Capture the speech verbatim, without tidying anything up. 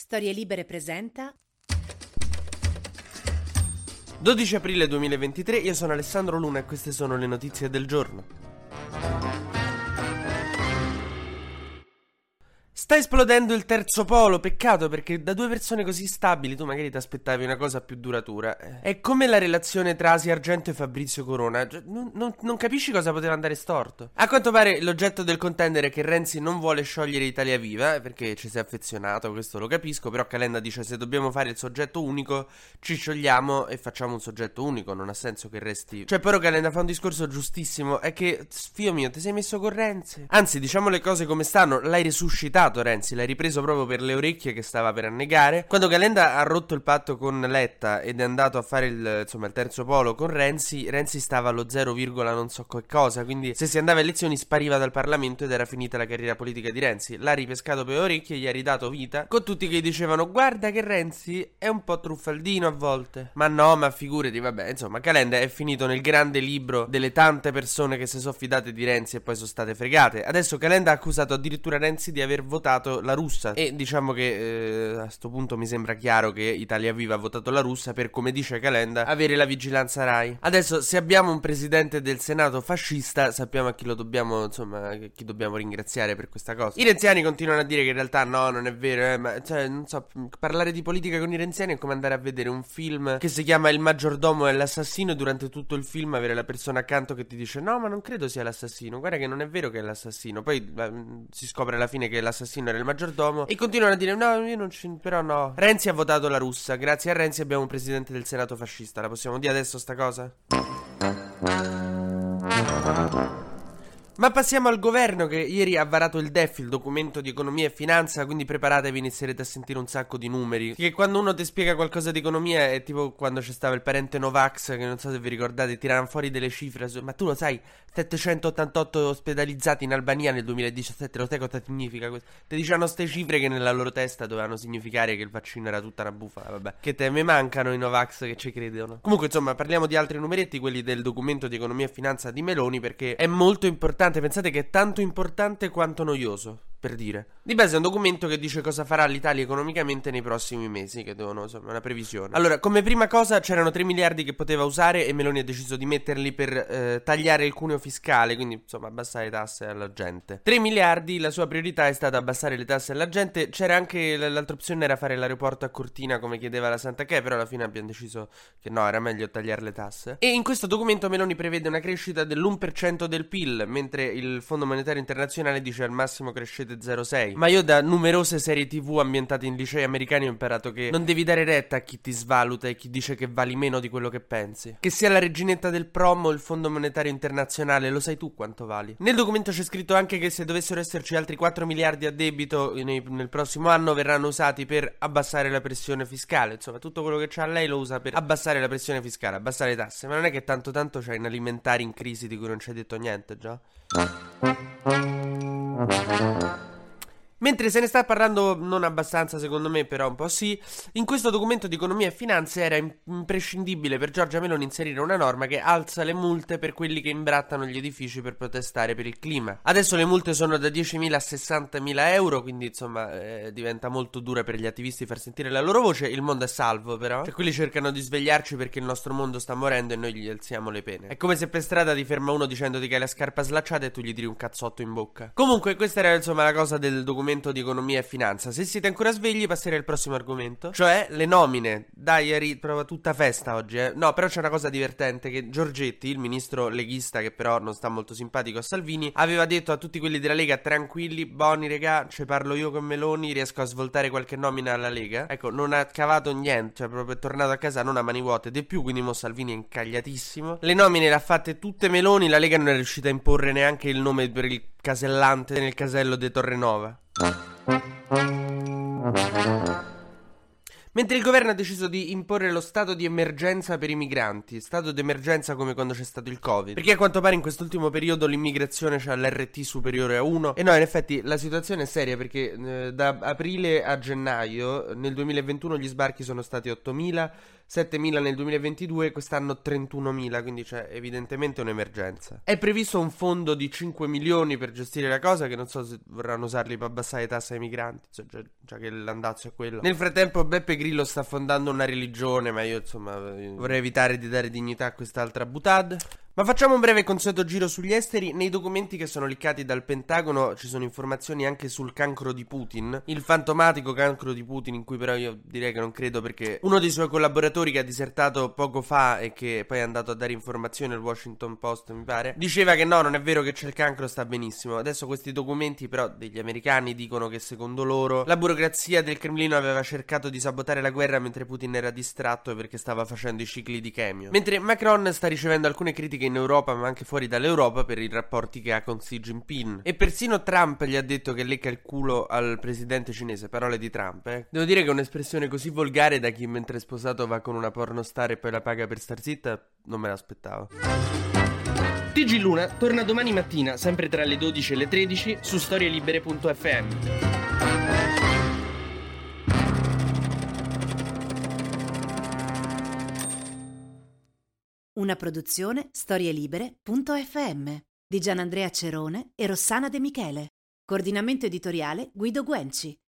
Storie Libere presenta dodici aprile duemilaventitré, io sono Alessandro Luna e queste sono le notizie del giorno. Sta esplodendo il terzo polo, peccato, perché da due persone così stabili tu magari ti aspettavi una cosa più duratura. È come la relazione tra Asia Argento e Fabrizio Corona, non, non, non capisci cosa poteva andare storto. A quanto pare l'oggetto del contender è che Renzi non vuole sciogliere Italia Viva, perché ci si è affezionato, questo lo capisco, però Calenda dice se dobbiamo fare il soggetto unico ci sciogliamo e facciamo un soggetto unico, non ha senso che resti... Cioè però Calenda fa un discorso giustissimo, è che, figlio mio, ti sei messo con Renzi? Anzi, diciamo le cose come stanno, l'hai resuscitato Renzi, l'hai ripreso proprio per le orecchie che stava per annegare. Quando Calenda ha rotto il patto con Letta ed è andato a fare il, insomma, il terzo polo con Renzi, Renzi stava allo zero, non so che cosa, quindi se si andava a elezioni spariva dal Parlamento ed era finita la carriera politica di Renzi. L'ha ripescato per le orecchie, gli ha ridato vita, con tutti che dicevano guarda che Renzi è un po' truffaldino a volte. Ma no, ma figurati, vabbè, insomma, Calenda è finito nel grande libro delle tante persone che si sono fidate di Renzi e poi sono state fregate. Adesso Calenda ha accusato addirittura Renzi di aver votato la russa e diciamo che eh, a sto punto mi sembra chiaro che Italia Viva ha votato la russa per, come dice Calenda, avere la vigilanza Rai. Adesso se abbiamo un presidente del Senato fascista sappiamo a chi lo dobbiamo, insomma, chi dobbiamo ringraziare per questa cosa. I renziani continuano a dire che in realtà no, non è vero, eh, ma cioè non so, parlare di politica con i renziani è come andare a vedere un film che si chiama Il maggiordomo e l'assassino e durante tutto il film avere la persona accanto che ti dice no, ma non credo sia l'assassino, guarda che non è vero che è l'assassino, poi eh, si scopre alla fine che l'assassino era il maggiordomo e continuano a dire no, io non ci... però no. Renzi ha votato la russa, grazie a Renzi abbiamo un presidente del Senato fascista, la possiamo dire adesso sta cosa? Ma passiamo al governo che ieri ha varato il D E F, il documento di economia e finanza, quindi preparatevi, inizierete a sentire un sacco di numeri. Che quando uno ti spiega qualcosa di economia è tipo quando c'è stato il parente Novax, che non so se vi ricordate, tiravano fuori delle cifre, ma tu lo sai, settecentottantotto ospedalizzati in Albania nel duemiladiciassette, lo sai cosa significa questo? Ti dicevano ste cifre che nella loro testa dovevano significare che il vaccino era tutta una bufala, vabbè. Che te, me mancano i Novax che ci credono. Comunque insomma parliamo di altri numeretti, quelli del documento di economia e finanza di Meloni, perché è molto importante. Pensate che è tanto importante quanto noioso, per dire. Di base è un documento che dice cosa farà l'Italia economicamente nei prossimi mesi, che devono, insomma, una previsione. Allora, come prima cosa c'erano tre miliardi che poteva usare e Meloni ha deciso di metterli per eh, tagliare il cuneo fiscale, quindi insomma abbassare le tasse alla gente. tre miliardi, la sua priorità è stata abbassare le tasse alla gente. C'era anche l'altra opzione, era fare l'aeroporto a Cortina come chiedeva la Santa Che, però alla fine abbiamo deciso che no, era meglio tagliare le tasse. E in questo documento Meloni prevede una crescita dell'uno per cento del P I L, mentre il Fondo Monetario Internazionale dice al massimo crescete zero virgola sei. Ma io da numerose serie tv ambientate in licei americani ho imparato che non devi dare retta a chi ti svaluta e chi dice che vali meno di quello che pensi. Che sia la reginetta del prom o il Fondo Monetario Internazionale, lo sai tu quanto vali. Nel documento c'è scritto anche che se dovessero esserci altri quattro miliardi a debito nei, nel prossimo anno verranno usati per abbassare la pressione fiscale. Insomma, tutto quello che c'ha lei lo usa per abbassare la pressione fiscale, abbassare le tasse. Ma non è che tanto tanto c'hai in alimentari in crisi di cui non ci hai detto niente già? Mentre se ne sta parlando non abbastanza secondo me, però un po' sì, in questo documento di economia e finanze era imprescindibile per Giorgia Meloni inserire una norma che alza le multe per quelli che imbrattano gli edifici per protestare per il clima. Adesso le multe sono da diecimila a sessantamila euro, quindi insomma eh, diventa molto dura per gli attivisti far sentire la loro voce. Il mondo è salvo però, cioè quelli cercano di svegliarci perché il nostro mondo sta morendo e noi gli alziamo le pene. È come se per strada ti ferma uno dicendoti che hai la scarpa slacciata e tu gli tiri un cazzotto in bocca. Comunque questa era insomma la cosa del documento di economia e finanza. Se siete ancora svegli passerei al prossimo argomento, cioè le nomine. Dai, ieri prova tutta festa oggi, eh. No, però c'è una cosa divertente, che Giorgetti, il ministro leghista che però non sta molto simpatico a Salvini, aveva detto a tutti quelli della Lega tranquilli, buoni regà, ci parlo io con Meloni, riesco a svoltare qualche nomina alla Lega. Ecco, non ha cavato niente, cioè proprio è tornato a casa non a mani vuote di più, quindi mo Salvini è incagliatissimo. Le nomine le ha fatte tutte Meloni, la Lega non è riuscita a imporre neanche il nome per il casellante nel casello di Torrenova. Mentre il governo ha deciso di imporre lo stato di emergenza per i migranti, stato d'emergenza come quando c'è stato il Covid, perché a quanto pare in quest'ultimo periodo l'immigrazione c'ha l'R T superiore a uno. E no, in effetti la situazione è seria, perché eh, da aprile a gennaio nel duemilaventuno gli sbarchi sono stati ottomila, settemila nel duemilaventidue, quest'anno trentunomila, quindi c'è evidentemente un'emergenza. È previsto un fondo di cinque milioni per gestire la cosa, che non so se vorranno usarli per abbassare le tasse ai migranti, so, già, già che l'andazzo è quello. Nel frattempo Beppe Grillo sta fondando una religione, ma io insomma vorrei evitare di dare dignità a quest'altra butad. Ma facciamo un breve consueto giro sugli esteri. Nei documenti che sono leakati dal Pentagono ci sono informazioni anche sul cancro di Putin, il fantomatico cancro di Putin, in cui però io direi che non credo, perché uno dei suoi collaboratori che ha disertato poco fa e che poi è andato a dare informazioni al Washington Post, mi pare, diceva che no, non è vero che c'è il cancro, sta benissimo. Adesso questi documenti però degli americani dicono che secondo loro la burocrazia del Cremlino aveva cercato di sabotare la guerra mentre Putin era distratto perché stava facendo i cicli di chemio. Mentre Macron sta ricevendo alcune critiche in Europa ma anche fuori dall'Europa per i rapporti che ha con Xi Jinping, e persino Trump gli ha detto che lecca il culo al presidente cinese. Parole di Trump, eh. Devo dire che un'espressione così volgare da chi mentre è sposato va con una pornostar e poi la paga per star zitta non me l'aspettavo. T G Luna torna domani mattina sempre tra le dodici e le tredici su storielibere punto effe emme. Una produzione storielibere punto effe emme di Gianandrea Cerone e Rossana De Michele. Coordinamento editoriale Guido Guenci.